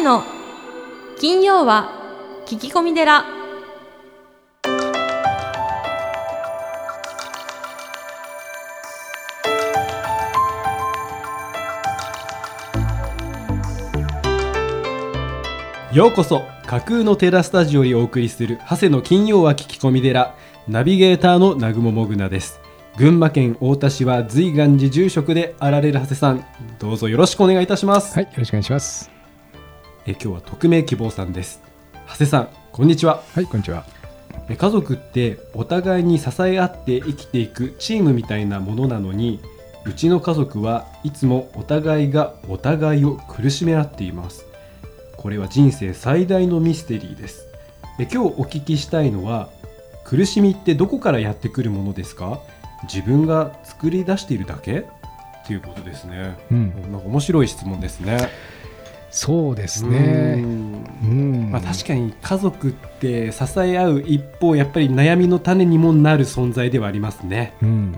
谷の金曜は聞き込み寺。 ようこそ架空のテラスタジオにお送りする長谷の金曜は聞き込み寺、ナビゲーターの南雲もぐなです。群馬県太田市は随願寺住職であられる長谷さん、どうぞよろしくお願いいたします。 はい、よろしくお願いします。 今日は匿名希望さんです。長谷さん、こんにちは。 はい、こんにちは。 家族ってお互いに支え合って生きていくチームみたいなものなのに、うちの家族はいつもお互いがお互いを苦しめ合っています。これは人生最大のミステリーです。今日お聞きしたいのは、苦しみってどこからやってくるものですか？自分が作り出しているだけっていうことですね。なんか面白い質問ですね。 そうですね。 確かに家族って支え合う一方、やっぱり悩みの種にもなる存在ではありますね。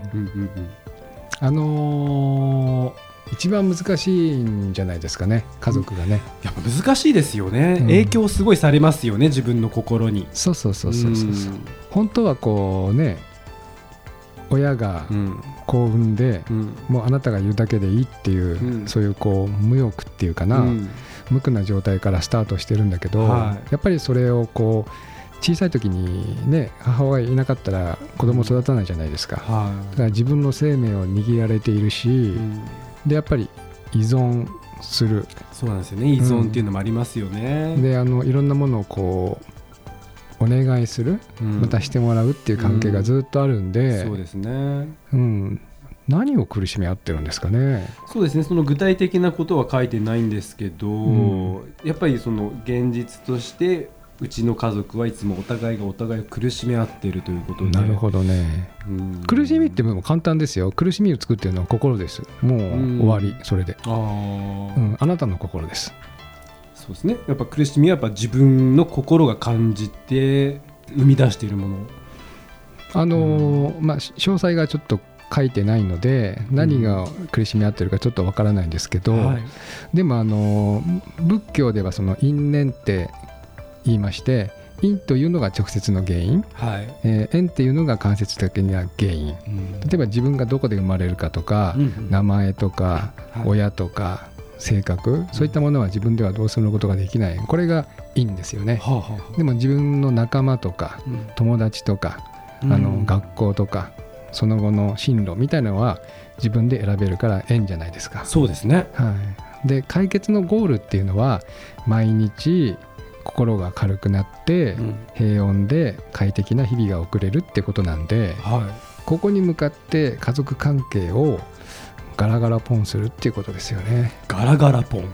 一番難しいんじゃないですかね、家族がね。 やっぱ難しいですよね。影響すごいされますよね、自分の心に。 そう本当はこうね、親が幸運で、もうあなたがいるだけでいいっていう、そういうこう無欲っていうかな、無垢な状態からスタートしてるんだけど、やっぱりそれをこう小さい時にね、母親いなかったら子供育たないじゃないですか。だから自分の生命を握られているし、でやっぱり依存する。 そうなんですよね、依存っていうのもありますよね。 でいろんなものをこうお願いする、またしてもらうっていう関係がずっとあるんで、 そうですね。 何を苦しめ合ってるんですかね。 そうですね、その具体的なことは書いてないんですけど、やっぱりその現実としてうちの家族はいつもお互いがお互いを苦しめ合っているということで。なるほどね。苦しみってもう簡単ですよ。苦しみを作っているのは心です。もう終わり、それで。あなたの心です。 そうですね。やっぱ苦しみはやっぱ自分の心が感じて生み出しているもの。 詳細がちょっと書いてないので、何が苦しみ合ってるかちょっとわからないんですけど、でも仏教ではその因縁って言いまして、因というのが直接の原因、縁っていうのが間接的な原因。例えば自分がどこで生まれるかとか、名前とか、親とか性格、そういったものは自分ではどうすることができない。これが因ですよね。でも自分の仲間とか、友達とか、学校とか、その後の進路みたいなのは自分で選べるから縁じゃないですか。 そうですね。 で解決のゴールっていうのは、毎日心が軽くなって平穏で快適な日々が送れるってことなんで、ここに向かって家族関係をガラガラポンするっていうことですよね。 ガラガラポン。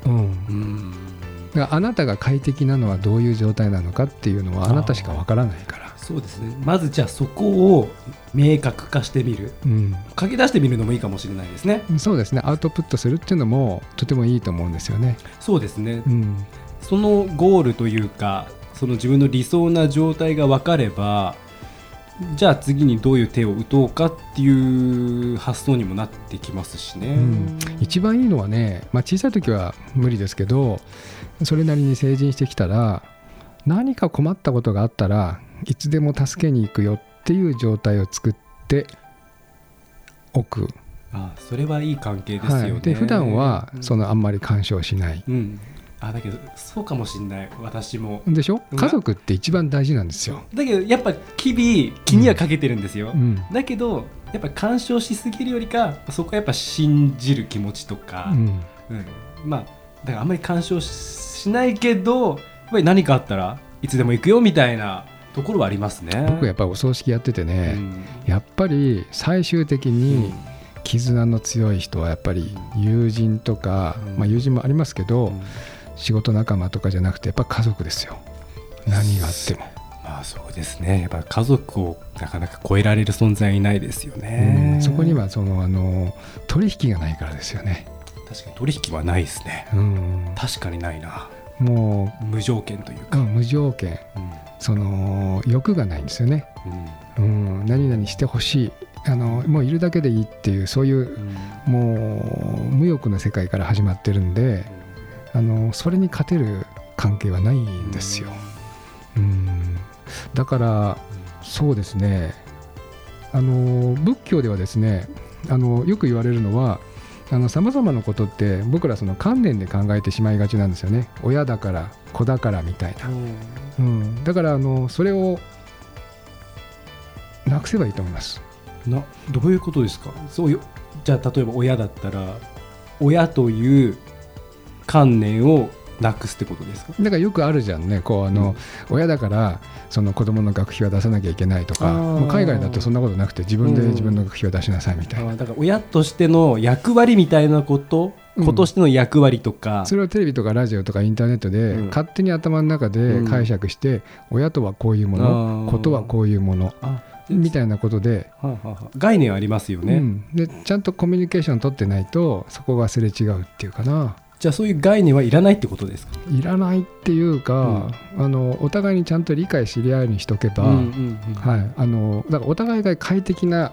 だからあなたが快適なのはどういう状態なのかっていうのはあなたしかわからないから。 そうですね。まずじゃあそこを明確化してみる、書き出してみるのもいいかもしれないですね。 そうですね。アウトプットするっていうのもとてもいいと思うんですよね。 そうですね。そのゴールというか、その自分の理想な状態が分かれば、じゃあ次にどういう手を打とうかっていう発想にもなってきますしね。 一番いいのはね、小さい時は無理ですけど、それなりに成人してきたら、何か困ったことがあったらいつでも助けに行くよっていう状態を作っておく。 それはいい関係ですよね。 で普段はあんまり干渉しない。 だけどそうかもしれない。私もでしょ。家族って一番大事なんですよ。 だけどやっぱ日々気にはかけてるんですよ。だけどやっぱ干渉しすぎるよりか、そこはやっぱ信じる気持ちとか、だからあんまり干渉しないけど、やっぱり何かあったらいつでも行くよみたいなところはありますね。 僕やっぱりお葬式やっててね、やっぱり最終的に絆の強い人はやっぱり友人とか、友人もありますけど、仕事仲間とかじゃなくてやっぱ家族ですよ。何があっても。 そうですね。やっぱ家族をなかなか超えられる存在いないですよね。 そこには取引がないからですよね。 確かに取引はないですね。確かにないな。 もう無条件というか、 無条件、欲がないんですよね。何々してほしい、もういるだけでいいっていう、そういう、もう無欲な世界から始まってるんで、 それに勝てる関係はないんですよ。だからそうですね、仏教ではですね、よく言われるのはさまざまなことって僕らその観念で考えてしまいがちなんですよね。親だから子だからみたいな、だからそれをなくせばいいと思います。 どういうことですか？じゃあ例えば親だったら親という観念をなくすってことですか？ だからよくあるじゃんね、親だからその子供の学費は出さなきゃいけないとか、もう海外だとそんなことなくて自分で自分の学費を出しなさいみたいな、 だから親としての役割みたいなこと、子としての役割とか、 それをテレビとかラジオとかインターネットで勝手に頭の中で解釈して、親とはこういうもの、子とはこういうものみたいなことで、 概念はありますよね、 でちゃんとコミュニケーション取ってないとそこがすれ違うっていうかな。 じゃあそういう概念はいらないってことですか？ いらないっていうか、お互いにちゃんと理解しり合うようにしとけば、だからお互いが快適な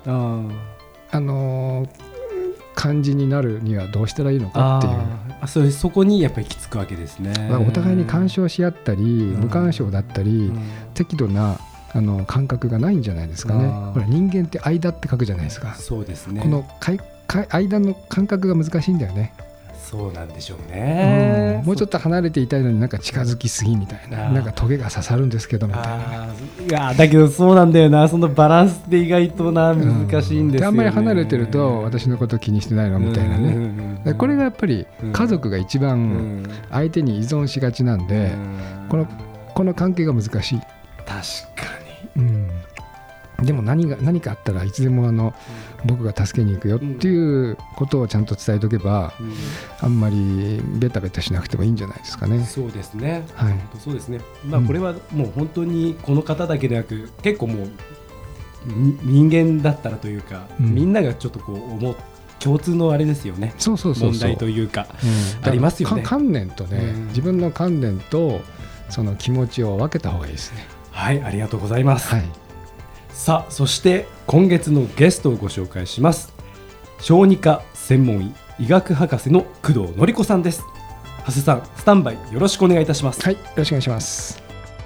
感じになるにはどうしたらいいのかっていう、 そこにやっぱり行き着くわけですね。 お互いに干渉し合ったり、無干渉だったり、適度な感覚がないんじゃないですかね。ほら人間って間って書くじゃないですか。 そうですね。 この間の感覚が難しいんだよね。 そうなんでしょうね、 もうちょっと離れていたいのになんか近づきすぎみたいな、なんかトゲが刺さるんですけどみたいな。 いやだけどそうなんだよな、そのバランスって意外と難しいんですよね。 であんまり離れてると私のこと気にしてないのみたいなね、これがやっぱり家族が一番相手に依存しがちなんで、この関係が難しい。 確かに、 でも何かあったらいつでも僕が助けに行くよっていうことをちゃんと伝えておけば、あんまりベタベタしなくてもいいんじゃないですかね。 そうですね、 はい、 そうですね。これはもう本当にこの方だけでなく、結構もう人間だったらというか、みんながちょっと思う共通のあれですよね。問題というか、ありますよね。 観念とね、自分の観念とその気持ちを分けた方がいいですね。 はい、ありがとうございます。 はい、 さあ、そして今月のゲストをご紹介します。小児科専門医、医学博士の工藤典子さんです。長谷さん、スタンバイよろしくお願いいたします。 はい、よろしくお願いします。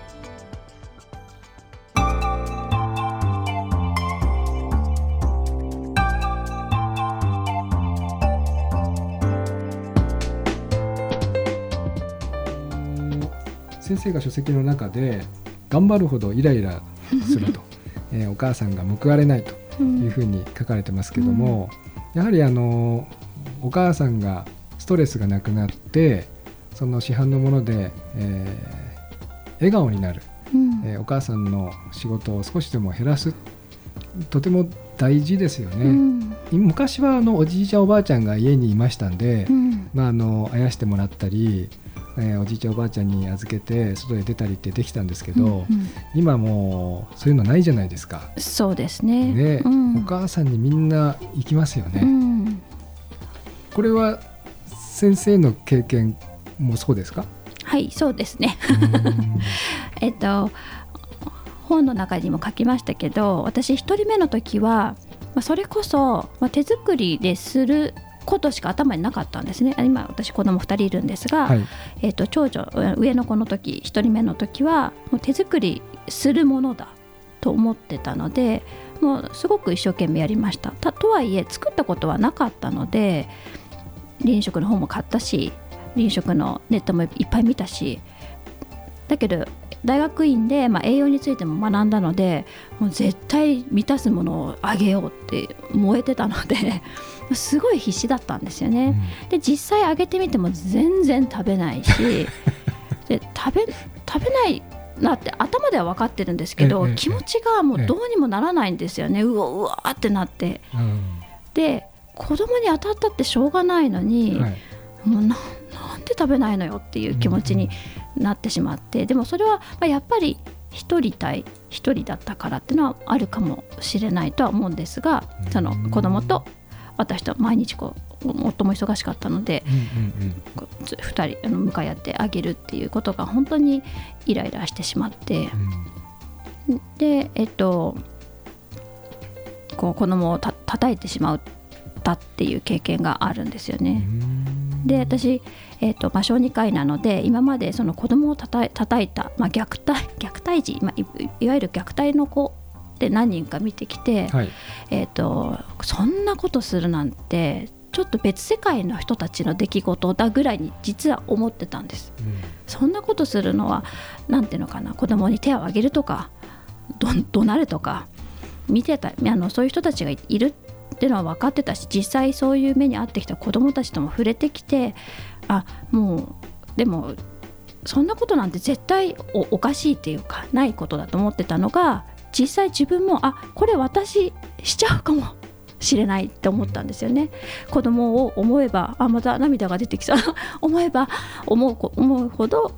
先生が書籍の中で頑張るほどイライラするとお母さんが報われないというふうに書かれてますけども、やはりお母さんがストレスがなくなって、その市販のもので、笑顔になる、お母さんの仕事を少しでも減らす、とても大事ですよね。昔はおじいちゃんおばあちゃんが家にいましたんで、あやしてもらったり、おじいちゃんおばあちゃんに預けて外へ出たりってできたんですけど、今もうそういうのないじゃないですか。 そうですね。 で、お母さんにみんな行きますよね。これは先生の経験もそうですか？ はい、そうですね。本の中にも書きましたけど、私一人目の時は、それこそ、手作りですることしか頭になかったんですね。今私子供2人いるんですが、長女上の子の時、1人目の時はもう手作りするものだと思ってたので、もうすごく一生懸命やりました。とはいえ作ったことはなかったので、離乳食の本も買ったし、離乳食のネットもいっぱい見たし、だけど大学院で、栄養についても学んだので、もう絶対満たすものをあげようって燃えてたのですごい必死だったんですよね。で実際あげてみても全然食べないしで食べないなって頭では分かってるんですけど、気持ちがもうどうにもならないんですよね。うわってなって、で子供に当たったってしょうがないのに、もうなんで食べないのよっていう気持ちになってしまって、でもそれはやっぱり一人だったからっていうのはあるかもしれないとは思うんですが、その子供と私と毎日夫も忙しかったので、2人向かい合ってあげるっていうことが本当にイライラしてしまって、で子供を叩いてしまったっていう経験があるんですよね。 で私、小児科医なので今までその子供を叩いた、虐待児、いわゆる虐待の子で何人か見てきて、 はい、 そんなことするなんてちょっと別世界の人たちの出来事だぐらいに実は思ってたんです、そんなことするのはなんていうのかな、子供に手を挙げるとか怒鳴るとか見てた、そういう人たちがいるっていうのは分かってたし、実際そういう目に遭ってきた子どもたちとも触れてきて、でもそんなことなんて絶対 おかしいっていうかないことだと思ってたのが、実際自分もこれ私しちゃうかもしれないって思ったんですよね。子どもを思えばまた涙が出てきそう思えば思うほど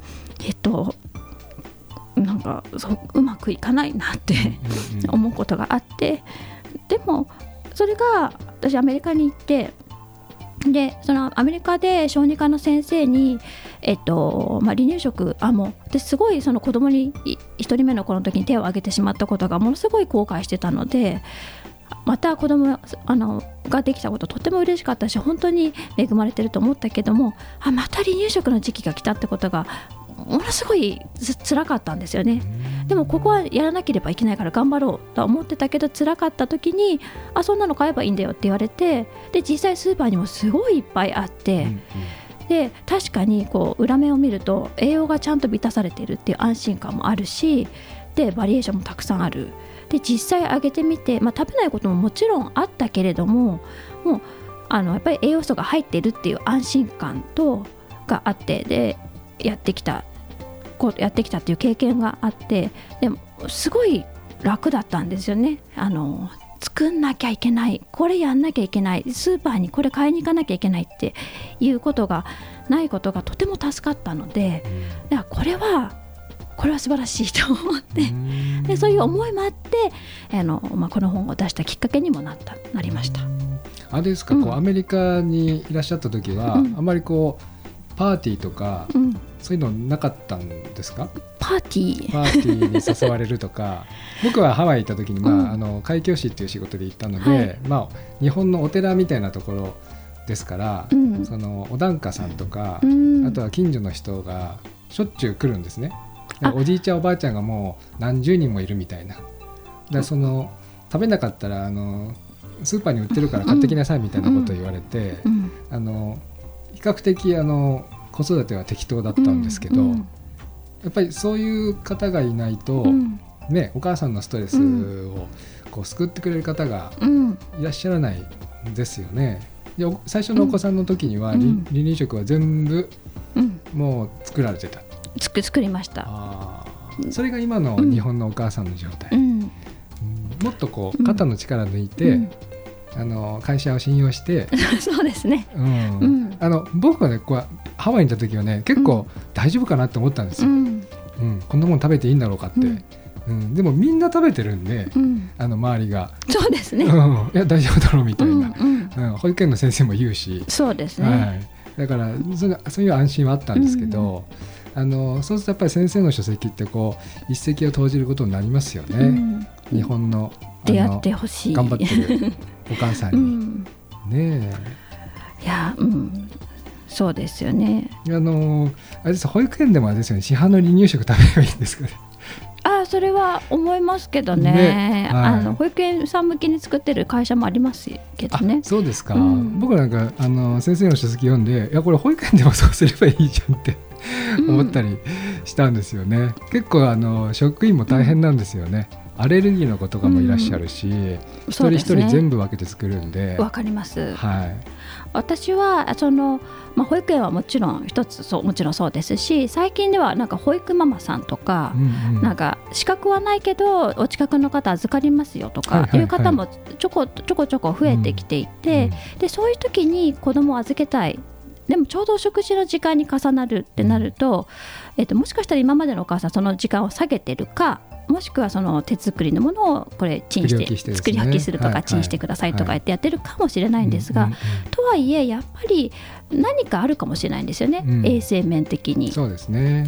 なんかうまくいかないなって思うことがあって、でもそれが私アメリカに行って、でそのアメリカで小児科の先生に、離乳食もう私すごいその子供に1人目の子の時に手を挙げてしまったことがものすごい後悔してたので、また子供ができたこととても嬉しかったし、本当に恵まれてると思ったけども、また離乳食の時期が来たってことがものすごい辛かったんですよね。でもここはやらなければいけないから頑張ろうと思ってたけど、辛かった時にそんなの買えばいいんだよって言われて、で実際スーパーにもすごいいっぱいあって、で確かに裏面を見ると栄養がちゃんと満たされているっていう安心感もあるし、でバリエーションもたくさんある。で実際あげてみて、食べないことももちろんあったけれども、もうやっぱり栄養素が入っているっていう安心感があって、でやってきたっていう経験があって、でもすごい楽だったんですよね。作んなきゃいけない、これやんなきゃいけない、スーパーにこれ買いに行かなきゃいけないっていうことがないことがとても助かったので、だからこれは素晴らしいと思って、でそういう思いもあってこの本を出したきっかけにもなりました。 あれですか、アメリカにいらっしゃった時は、あまりパーティーとか、そういうのなかったんですか？ パーティーに誘われるとか僕はハワイ行った時に、開教師っていう仕事で行ったので、日本のお寺みたいなところですから、そのお檀家さんとか、あとは近所の人がしょっちゅう来るんですね。おじいちゃんおばあちゃんがもう何十人もいるみたいな。だから食べなかったらスーパーに売ってるから買ってきなさいみたいなことを言われて、比較的子育ては適当だったんですけど、やっぱりそういう方がいないと、お母さんのストレスを救ってくれる方がいらっしゃらないんですよね。で最初のお子さんの時には、離乳食は全部もう作られてた。 作りました。 それが今の日本のお母さんの状態、もっと肩の力抜いて、会社を信用してそうですね、 僕はねハワイに行った時はね結構大丈夫かなって思ったんですよ、こんなもの食べていいんだろうかって、でもみんな食べてるんで、周りがそうですね、 いや大丈夫だろうみたいな、保育園の先生も言うし、 そうですね、 だからそういう安心はあったんですけど、そうするとやっぱり先生の書籍って一石を投じることになりますよね、日本の出会ってほしい頑張ってるお母さんに、ねえ、 いや、そうですよね。 あれです、保育園でもあれですよね、市販の離乳食食べればいいんですかね。 それは思いますけどね、保育園さん向けに作ってる会社もありますけどね。 そうですか、僕なんか先生の書籍読んで、いやこれ保育園でもそうすればいいじゃんって思ったりしたんですよね。結構職員も大変なんですよね。アレルギーの子とかもいらっしゃるし、一人一人全部分けて作るんで。 わかります、私は保育園はもちろん一つもちろんそうですし、最近ではなんか保育ママさんとか、なんか資格はないけどお近くの方預かりますよとかいう方もちょこ増えてきていて、でそういう時に子供を預けたい、でもちょうどお食事の時間に重なるってなると、もしかしたら今までのお母さんその時間を下げてるか、もしくはその手作りのものをこれチンして作り置きするとかチンしてくださいとかやってるかもしれないんですが、とはいえやっぱり何かあるかもしれないんですよね、衛生面的に。 そうですね。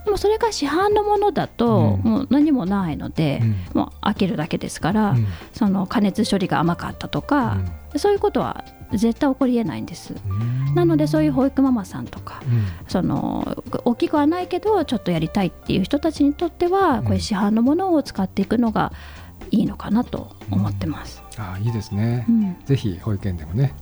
でもそれが市販のものだともう何もないので、もう開けるだけですから、その加熱処理が甘かったとか、そういうことは絶対起こりえないんです。なのでそういう保育ママさんとか、その大きくはないけどちょっとやりたいっていう人たちにとっては、こういう市販のものを使っていくのがいいのかなと思ってます。 いいですね、ぜひ保育園でもね。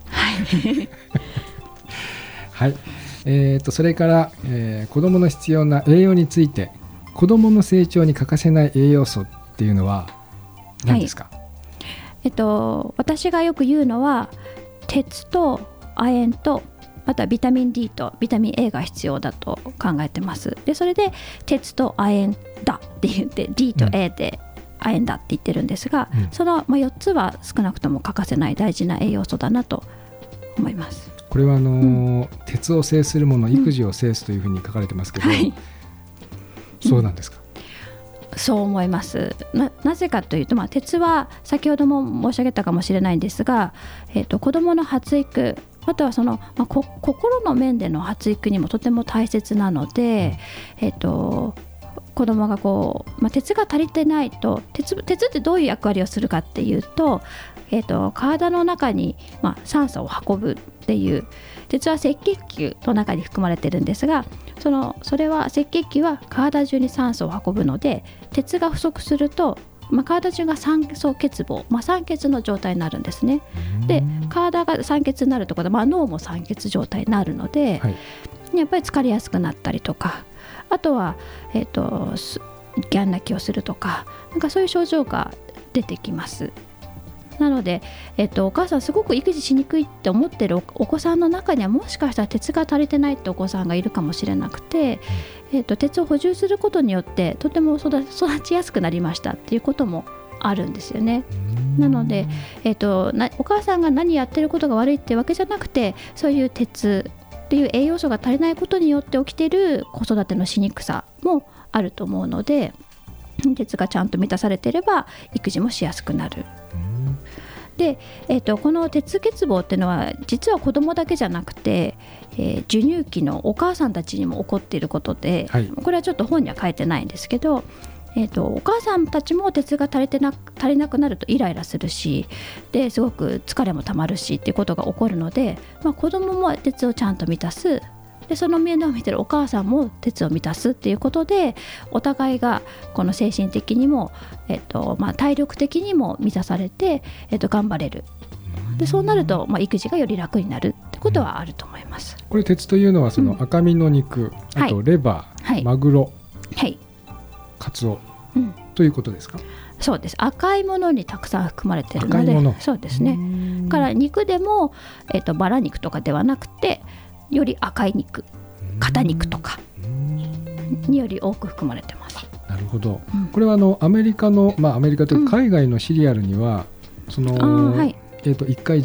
はい、それから、子どもの必要な栄養について、子どもの成長に欠かせない栄養素っていうのは何ですか？ 私がよく言うのは鉄と亜鉛と、あとはビタミン D とビタミン A が必要だと考えてます。でそれで鉄と亜鉛だって言って、 D と A で亜鉛だって言ってるんですが、その4つは少なくとも欠かせない大事な栄養素だなと思います。 これは鉄を制するもの、育児を制すというふうに書かれてますけど、そうなんですか？ そう思います。 なぜかというと、鉄は先ほども申し上げたかもしれないんですが、子どもの発育、あとはその、心の面での発育にもとても大切なので、子どもが鉄が足りてないと、鉄ってどういう役割をするかっていうと、体の中に、酸素を運ぶっていう、鉄は赤血球の中に含まれてるんですが、それは赤血球は体中に酸素を運ぶので、鉄が不足すると、体中が酸素欠乏、酸欠の状態になるんですね。で体が酸欠になるということは、脳も酸欠状態になるので、やっぱり疲れやすくなったりとか、あとは、ギャン泣きをするとか、そういう症状が出てきます。なので、お母さんすごく育児しにくいって思ってるお子さんの中には、もしかしたら鉄が足りてないってお子さんがいるかもしれなくて、鉄を補充することによってとても育ちやすくなりましたっていうこともあるんですよね。なので、お母さんが何やってることが悪いってわけじゃなくて、そういう鉄っていう栄養素が足りないことによって起きている子育てのしにくさもあると思うので、鉄がちゃんと満たされていれば育児もしやすくなる。で、この鉄欠乏っていうのは実は子どもだけじゃなくて、授乳期のお母さんたちにも起こっていることで、これはちょっと本には書いてないんですけど、お母さんたちも鉄が足りなくなるとイライラするし、ですごく疲れもたまるしっていうことが起こるので、子どもも鉄をちゃんと満たす、でその面倒を見てるお母さんも鉄を満たすっていうことで、お互いがこの精神的にも、体力的にも満たされて、頑張れる。でそうなると、育児がより楽になるってことはあると思います。 これ鉄というのはその赤身の肉、あとレバー、マグロ、カツオ、ということですか？ そうです。赤いものにたくさん含まれているので、そうですね。から肉でも、バラ肉とかではなくて、より赤い肉、肩肉とかにより多く含まれてます。 なるほど。これはアメリカの、アメリカというか海外のシリアルには、1回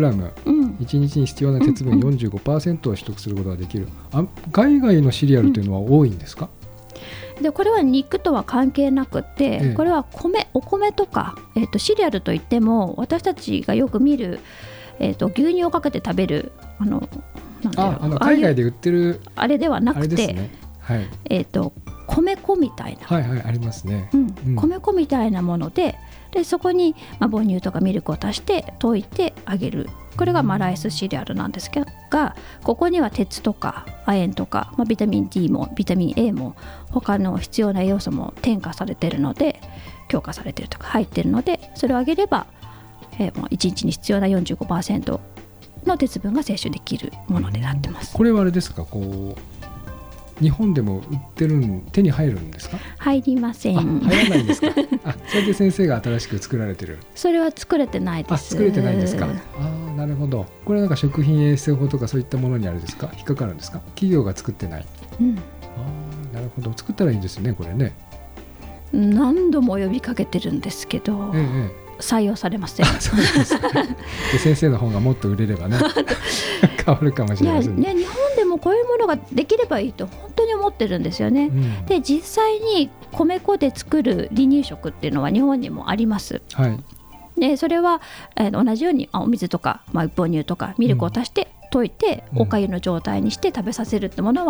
15g、1日に必要な鉄分 45% を取得することができる。海外のシリアルというのは多いんですか？ でこれは肉とは関係なくて、これはお米とか、シリアルといっても、私たちがよく見る、牛乳をかけて食べる海外で売ってるあれではなくて、 ね、 米粉みたいな、 ありますね、 米粉みたいなもので、そこに、母乳とかミルクを足して溶いてあげる。これがライスシリアルなんですが、ここには鉄とか亜鉛とか、ビタミン D もビタミン A も他の必要な栄養素も添加されているので、強化されているとか入っているので、それをあげれば、1日に必要な 45% の鉄分が摂取できるものになってます。 これはあれですか、日本でも売ってる手に入るんですか？ 入りません。 入らないんですか？それで先生が新しく作られてる？ それは作れてないです。 作れてないんですか？なるほど。これは食品衛生法とかそういったものにあれですか、引っかかるんですか？企業が作ってない。なるほど。作ったらいいですね、これね。 何度も呼びかけてるんですけど、採用されません。 そうですで先生の本がもっと売れればね変わるかもしれませんね。 日本でもこういうものができればいいと本当に思ってるんですよね、で実際に米粉で作る離乳食っていうのは日本にもあります、でそれは、同じようにお水とか、母乳とかミルクを足して溶いて、おかゆの状態にして食べさせるってものは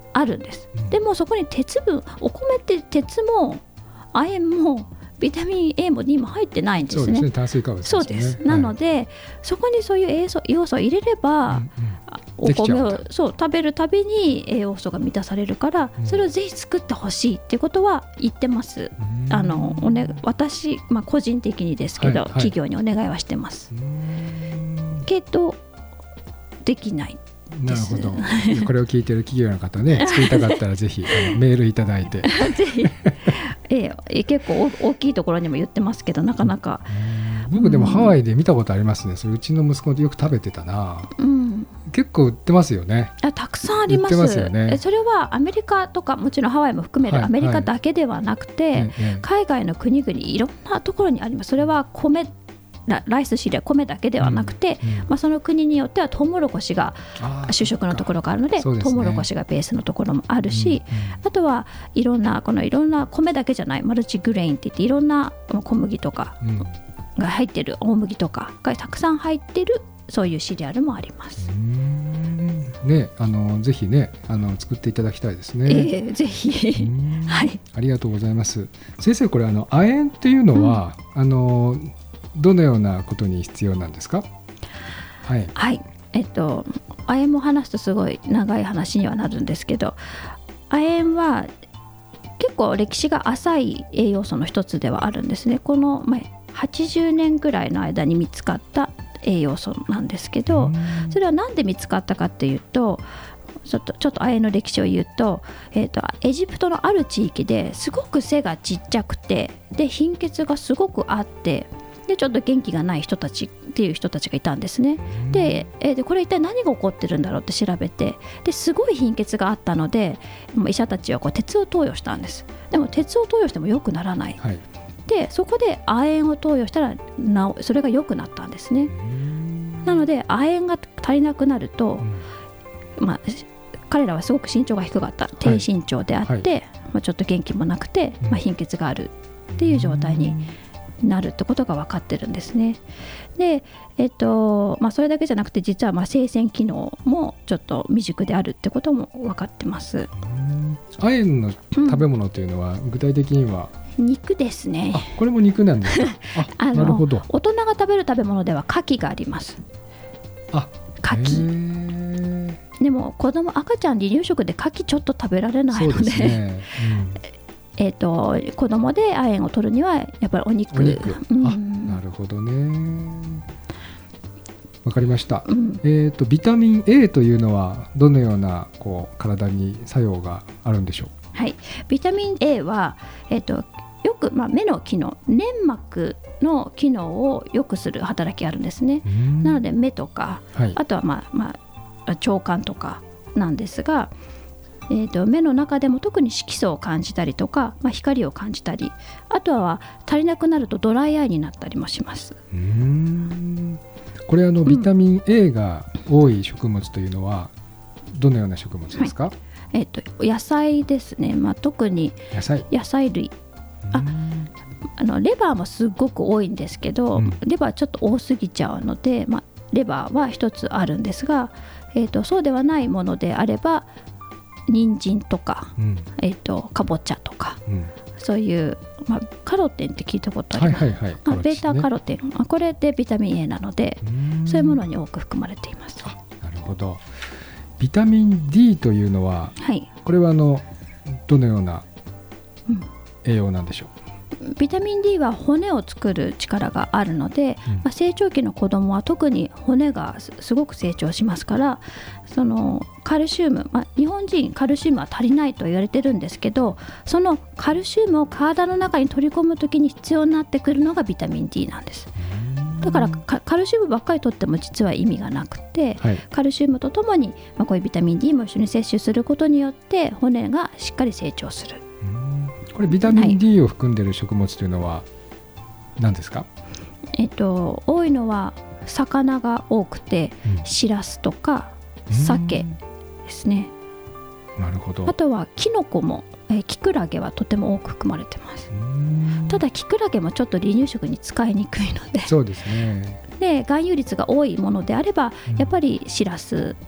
あるんです、でもそこに鉄分、お米って鉄も亜鉛もビタミン A も D も入ってないんですね。 そうですね、炭水化物ですね。 そうです。なので、そこにそういう要素を入れれば、お米を食べるたびに栄養素が満たされるから、それをぜひ作ってほしいっていうことは言ってます。私、個人的にですけど、企業にお願いはしてます。けどできない。 なるほど。これを聞いている企業の方ね、作りたかったらぜひメールいただいてぜひ、結構大きいところにも言ってますけど、なかなか。 僕でもハワイで見たことありますね。それうちの息子でよく食べてたな、結構売ってますよね。 たくさんあります。売ってますよね。それはアメリカとか、もちろんハワイも含めるアメリカだけではなくて、海外の国々いろんなところにあります。それはライスシリアル、米だけではなくて、その国によってはトウモロコシが主食のところがあるので、トウモロコシがベースのところもあるし、あとはいろんな米だけじゃないマルチグレインっていって、いろんな小麦とかが入ってる、大麦とかがたくさん入ってる、そういうシリアルもあります。 ね、ぜひね、作っていただきたいですね。 ぜひはい、 ありがとうございます。先生、これ亜鉛っていうのは、どのようなことに必要なんですか？はい、はい、 亜鉛も話すとすごい長い話にはなるんですけど、亜鉛は結構歴史が浅い栄養素の一つではあるんですね。この80年ぐらいの間に見つかった栄養素なんですけど、それは何で見つかったかっていうと、ちょっと亜鉛の歴史を言うと、エジプトのある地域ですごく背がちっちゃくて、で貧血がすごくあって、でちょっと元気がない人たちっていう人たちがいたんですね。でこれ一体何が起こってるんだろうって調べて、ですごい貧血があったので、医者たちは鉄を投与したんです。でも鉄を投与しても良くならない、でそこで亜鉛を投与したらそれが良くなったんですね。なので亜鉛が足りなくなると、彼らはすごく身長が低かった、低身長であって、ちょっと元気もなくて、貧血があるっていう状態になるってことが分かってるんですね。で、それだけじゃなくて、実は生鮮機能もちょっと未熟であるってことも分かってます。 亜鉛の食べ物というのは、具体的には肉ですね。 これも肉なんですか？なるほど。 大人が食べる食べ物では牡蠣があります。牡蠣。でも赤ちゃん離乳食で牡蠣ちょっと食べられないので、そうですね。子供で亜鉛を取るにはやっぱりお肉。なるほどね。わかりました。ビタミン A というのはどのような体に作用があるんでしょう？ はい、ビタミン A は、よく、目の機能、粘膜の機能を良くする働きがあるんですね。なので目とか、あとは腸管とかなんですが、目の中でも特に色素を感じたりとか、光を感じたり、あとは足りなくなるとドライアイになったりもします。 これビタミン A が多い食物というのはどのような食物ですか？ 野菜ですね。特に野菜類。レバーもすごく多いんですけど、レバーちょっと多すぎちゃうので、レバーは一つあるんですが、そうではないものであれば人参とか、かぼちゃとか、そういう、カロテンって聞いたことあります。ベータカロテン、これでビタミン A なので、そういうものに多く含まれています。 なるほど。ビタミン D というのは、これはどのような栄養なんでしょう？ ビタミン D は骨を作る力があるので、成長期の子どもは特に骨がすごく成長しますから、そのカルシウム、日本人カルシウムは足りないと言われてるんですけど、そのカルシウムを体の中に取り込むときに必要になってくるのがビタミン D なんです。だからカルシウムばっかり取っても実は意味がなくて、カルシウムとともに、こういうビタミン D も一緒に摂取することによって骨がしっかり成長する。 これビタミン D を含んでいる食物というのは何ですか？ 多いのは魚が多くて、シラスとか鮭ですね。 なるほど。 あとはキノコも、キクラゲはとても多く含まれてます。ただキクラゲもちょっと離乳食に使いにくいので、 そうですね。 で含有率が多いものであれば、やっぱりシラス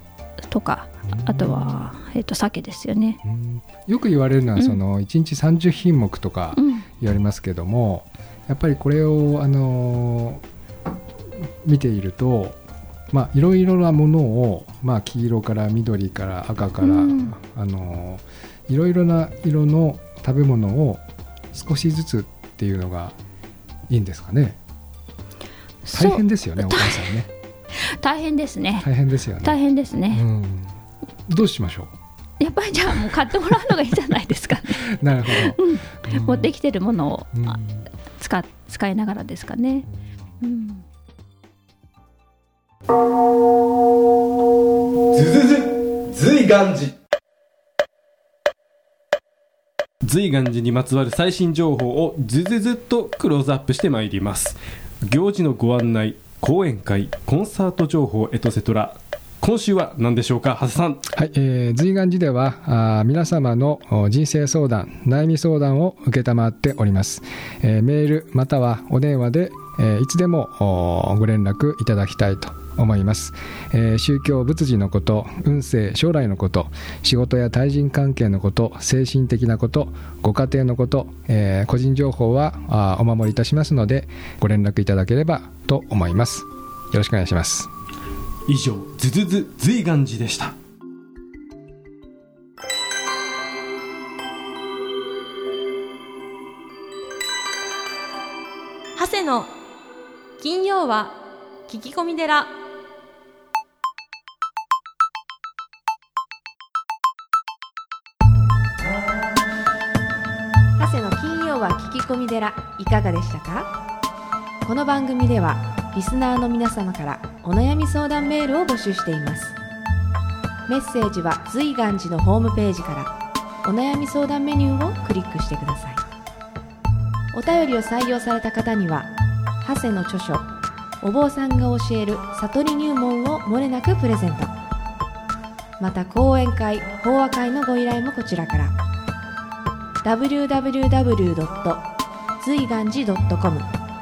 とか、あとは、鮭ですよね。 よく言われるのはその1日30品目とか言われますけども、やっぱりこれを見ていると、いろいろなものを、黄色から緑から赤から、いろいろな色の食べ物を少しずつっていうのがいいんですかね。大変ですよね、お母さんね。 大変ですね。 大変ですよね。 大変ですね。 どうしましょう。やっぱりじゃあもう買ってもらうのがいいんじゃないですかね。 なるほど。 持ってきてるものを使いながらですかね。 随願寺。随願寺にまつわる最新情報をずっとクローズアップしてまいります。行事のご案内、講演会、コンサート情報エトセトラ。今週は何でしょうか、長谷さん。 はい、随願寺では皆様の人生相談、悩み相談を承っております。メールまたはお電話で、いつでもご連絡いただきたいと思います。宗教仏事のこと、運勢、将来のこと、仕事や対人関係のこと、精神的なこと、ご家庭のこと、個人情報はお守りいたしますので、ご連絡いただければと思います。よろしくお願いします。 以上、随願寺でした。 長谷の金曜は聞き込み寺。 長谷の金曜は聞き込み寺、いかがでしたか？この番組ではリスナーの皆様からお悩み相談メールを募集しています。メッセージは随願寺のホームページからお悩み相談メニューをクリックしてください。お便りを採用された方には長谷の著書お坊さんが教える悟り入門をもれなくプレゼント。また講演会、法話会のご依頼もこちらから。www. 随願寺 .com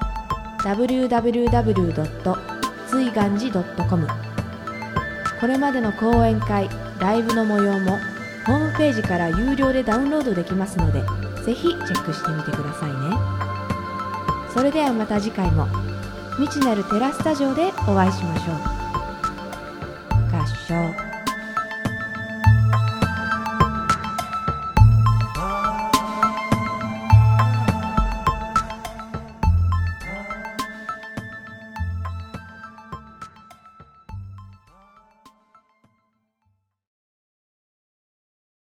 www. 随願寺 .com。 これまでの講演会、ライブの模様もホームページから有料でダウンロードできますので、ぜひチェックしてみてくださいね。それではまた次回も未知なるテラスタジオでお会いしましょう。合唱。